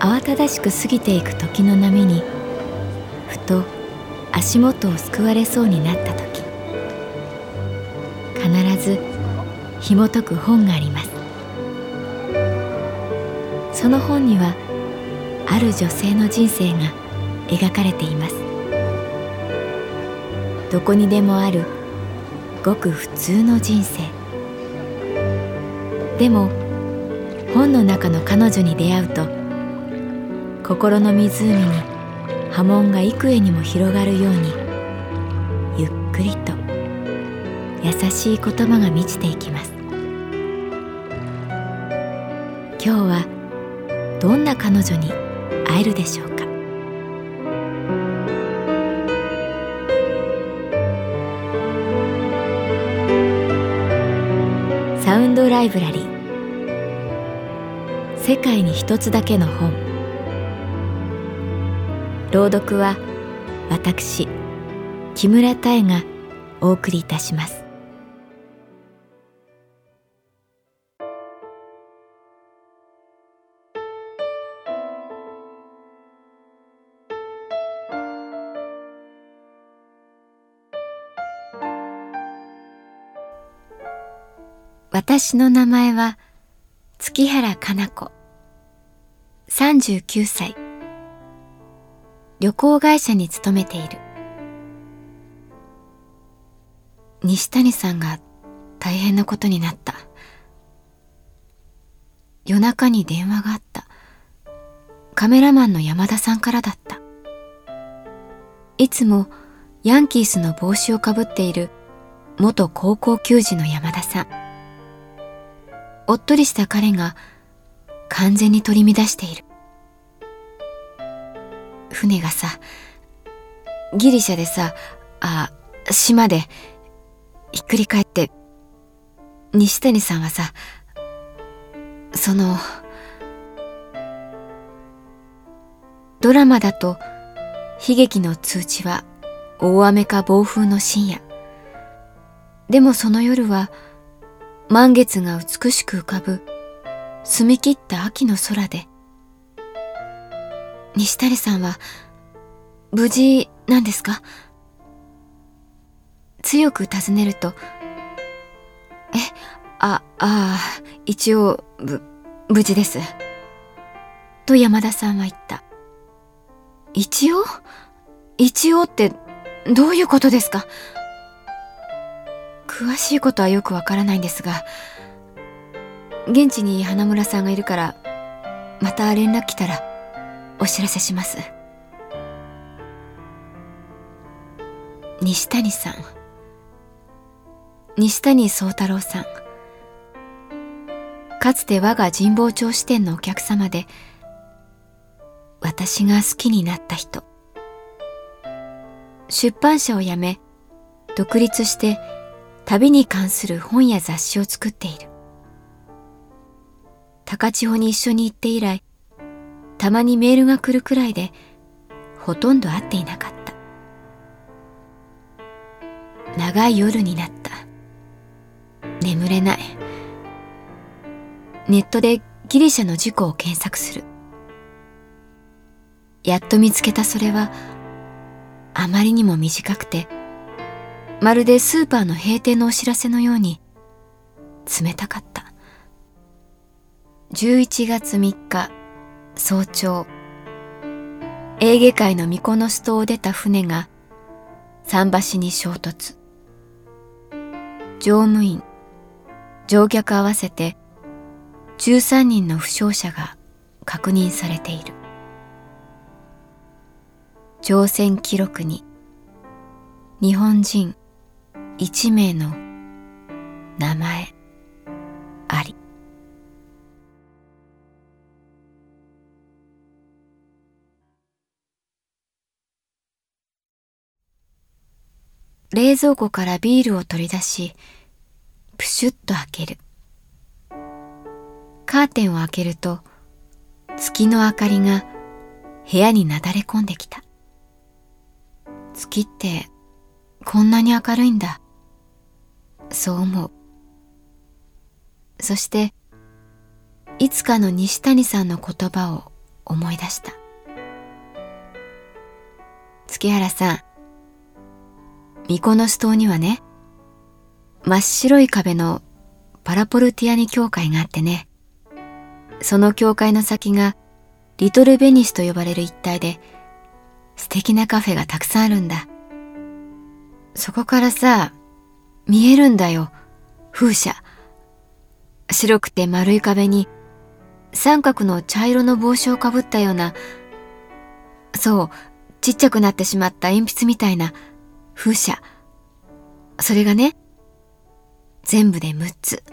慌ただしく過ぎていく時の波にふと足元をすくわれそうになった時、必ず紐解く本があります。その本にはある女性の人生が描かれています。どこにでもあるごく普通の人生。でも本の中の彼女に出会うと、心の湖に波紋が幾重にも広がるように、ゆっくりと優しい言葉が満ちていきます。今日はどんな彼女に会えるでしょうか。サウンドライブラリー、世界に一つだけの本。朗読は私木村多江がお送りいたします。私の名前は月原かな子、39歳、旅行会社に勤めている。西谷さんが大変なことになった。夜中に電話があった。カメラマンの山田さんからだった。いつもヤンキースの帽子をかぶっている元高校球児の山田さん。おっとりした彼が完全に取り乱している。船がさ、ギリシャでさ、島でひっくり返って、西谷さんはさ、ドラマだと悲劇の通知は大雨か暴風の深夜。でもその夜は満月が美しく浮かぶ澄み切った秋の空で、西谷さんは無事なんですか？強く尋ねると、一応無事ですと山田さんは言った。一応ってどういうことですか？詳しいことはよくわからないんですが、現地に花村さんがいるから、また連絡来たらお知らせします。西谷さん、西谷宗太郎さん。かつて我が神保町支店のお客様で、私が好きになった人。出版社を辞め、独立して旅に関する本や雑誌を作っている。高千穂に一緒に行って以来、たまにメールが来るくらいで、ほとんど会っていなかった。長い夜になった。眠れない。ネットでギリシャの事故を検索する。やっと見つけたそれは、あまりにも短くて、まるでスーパーの閉店のお知らせのように冷たかった。11月3日早朝、エーゲ海のミコノス島を出た船が桟橋に衝突。乗務員、乗客合わせて13人の負傷者が確認されている。乗船記録に日本人1名の名前あり。冷蔵庫からビールを取り出し、プシュッと開ける。カーテンを開けると、月の明かりが部屋になだれ込んできた。月ってこんなに明るいんだ。そう思う。そして、いつかの西谷さんの言葉を思い出した。月原さん、ミコノス島にはね、真っ白い壁のパラポルティアニ教会があってね、その教会の先がリトルベニスと呼ばれる一帯で、素敵なカフェがたくさんあるんだ。そこからさ、見えるんだよ、風車。白くて丸い壁に三角の茶色の帽子をかぶったような、そう、ちっちゃくなってしまった鉛筆みたいな風車。それがね、全部で6つ。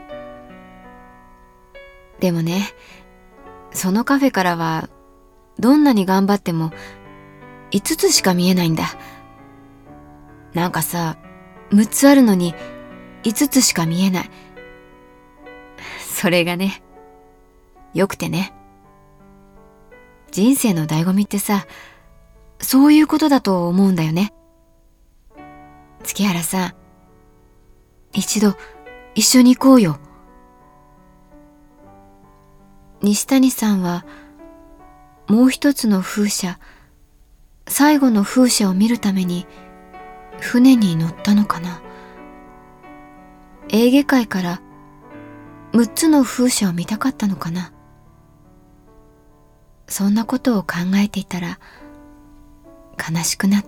でもね、そのカフェからはどんなに頑張っても5つしか見えないんだ。なんかさ、6つあるのに5つしか見えない。それがね、よくてね。人生の醍醐味ってさ、そういうことだと思うんだよね。月原さん、一度一緒に行こうよ。西谷さんはもう一つの風車、最後の風車を見るために船に乗ったのかな。エーゲ海から6つの風車を見たかったのかな。そんなことを考えていたら悲しくなった。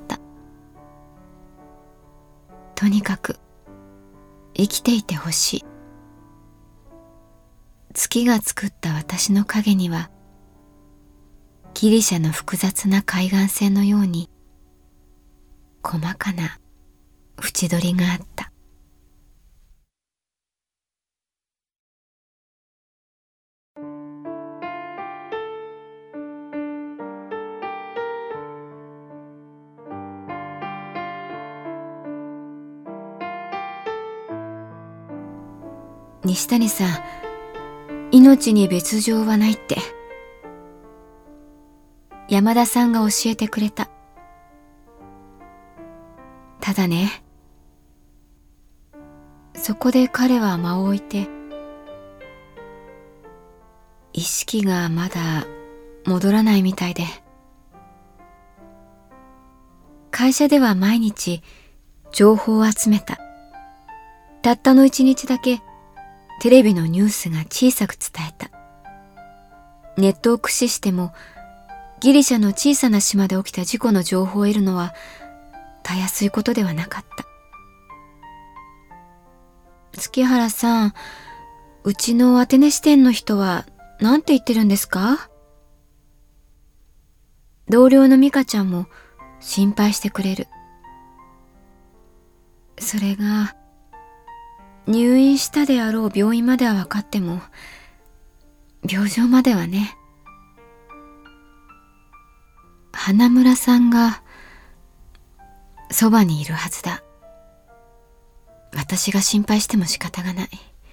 とにかく生きていてほしい。月が作った私の影にはギリシャの複雑な海岸線のように細かな縁取りがあった。西谷さん、命に別状はないって山田さんが教えてくれた。ただね、そこで彼は間を置いて、意識がまだ戻らないみたいで、会社では毎日情報を集めた。たったの1日だけテレビのニュースが小さく伝えた。ネットを駆使してもギリシャの小さな島で起きた事故の情報を得るのはたやすいことではなかった。月原さん、うちのアテネ支店の人は何て言ってるんですか？同僚の美香ちゃんも心配してくれる。それが入院したであろう病院までは分かっても病状まではね。花村さんがそばにいるはずだ。私が心配しても仕方がない。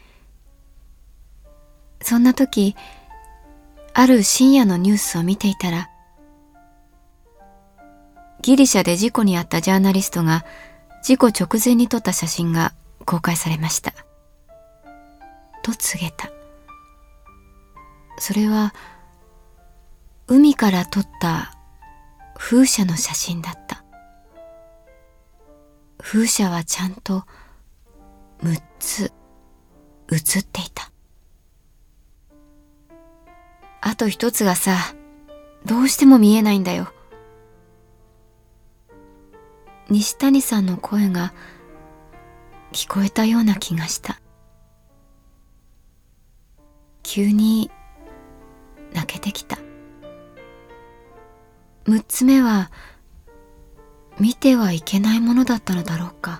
そんな時、ある深夜のニュースを見ていたら、ギリシャで事故に遭ったジャーナリストが事故直前に撮った写真が公開されました。と告げた。それは海から撮った風車の写真だった。風車はちゃんと6つ写っていた。あと1つがさ、どうしても見えないんだよ。西谷さんの声が聞こえたような気がした。急に泣けてきた。6つ目は見てはいけないものだったのだろうか。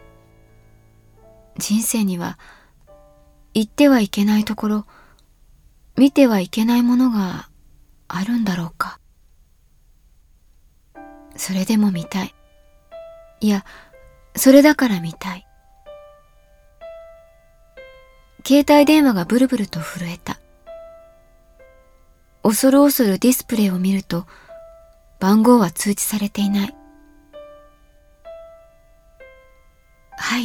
人生には行ってはいけないところ、見てはいけないものがあるんだろうか。それでも見たい。いや、それだから見たい。携帯電話がブルブルと震えた。恐る恐るディスプレイを見ると、番号は通知されていない。はい。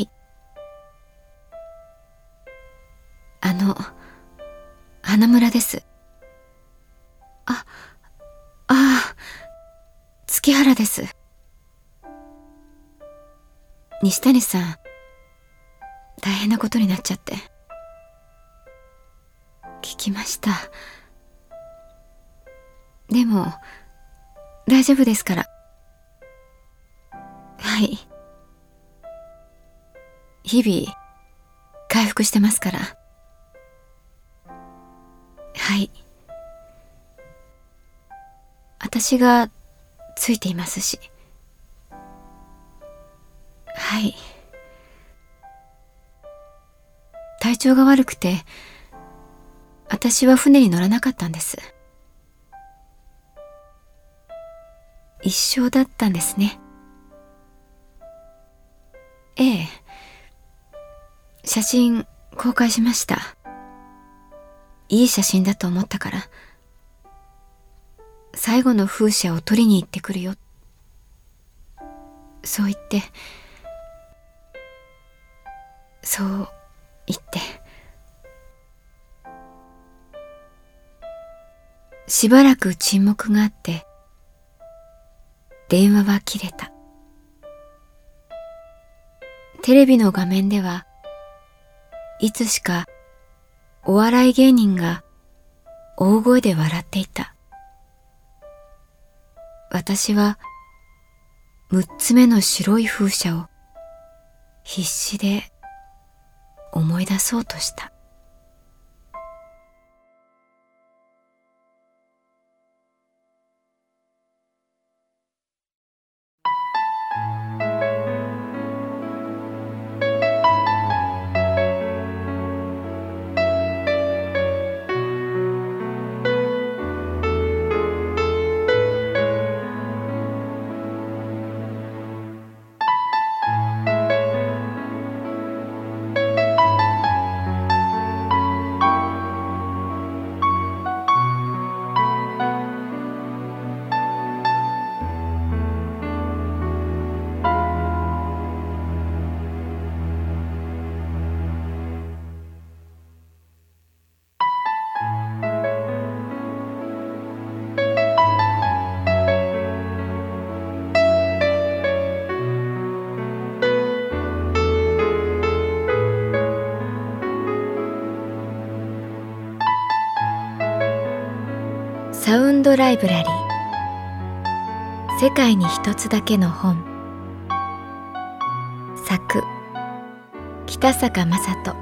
花村です。あ、 からです。西谷さん、大変なことになっちゃって。聞きました。でも、大丈夫ですから。はい。日々、回復してますから。はい。私がついていますし。はい。体調が悪くて、私は船に乗らなかったんです。一生だったんですね。ええ。写真公開しました。いい写真だと思ったから。最後の風車を取りに行ってくるよ。そう言って、そう言って。しばらく沈黙があって、電話は切れた。テレビの画面では、いつしかお笑い芸人が大声で笑っていた。私は6つ目の白い風車を必死で思い出そうとした。サウンドライブラリー、世界に一つだけの本。作、北坂雅人。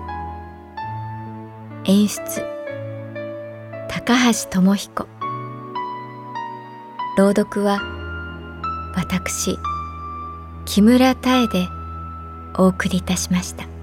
演出、高橋智彦。朗読は私木村多江でお送りいたしました。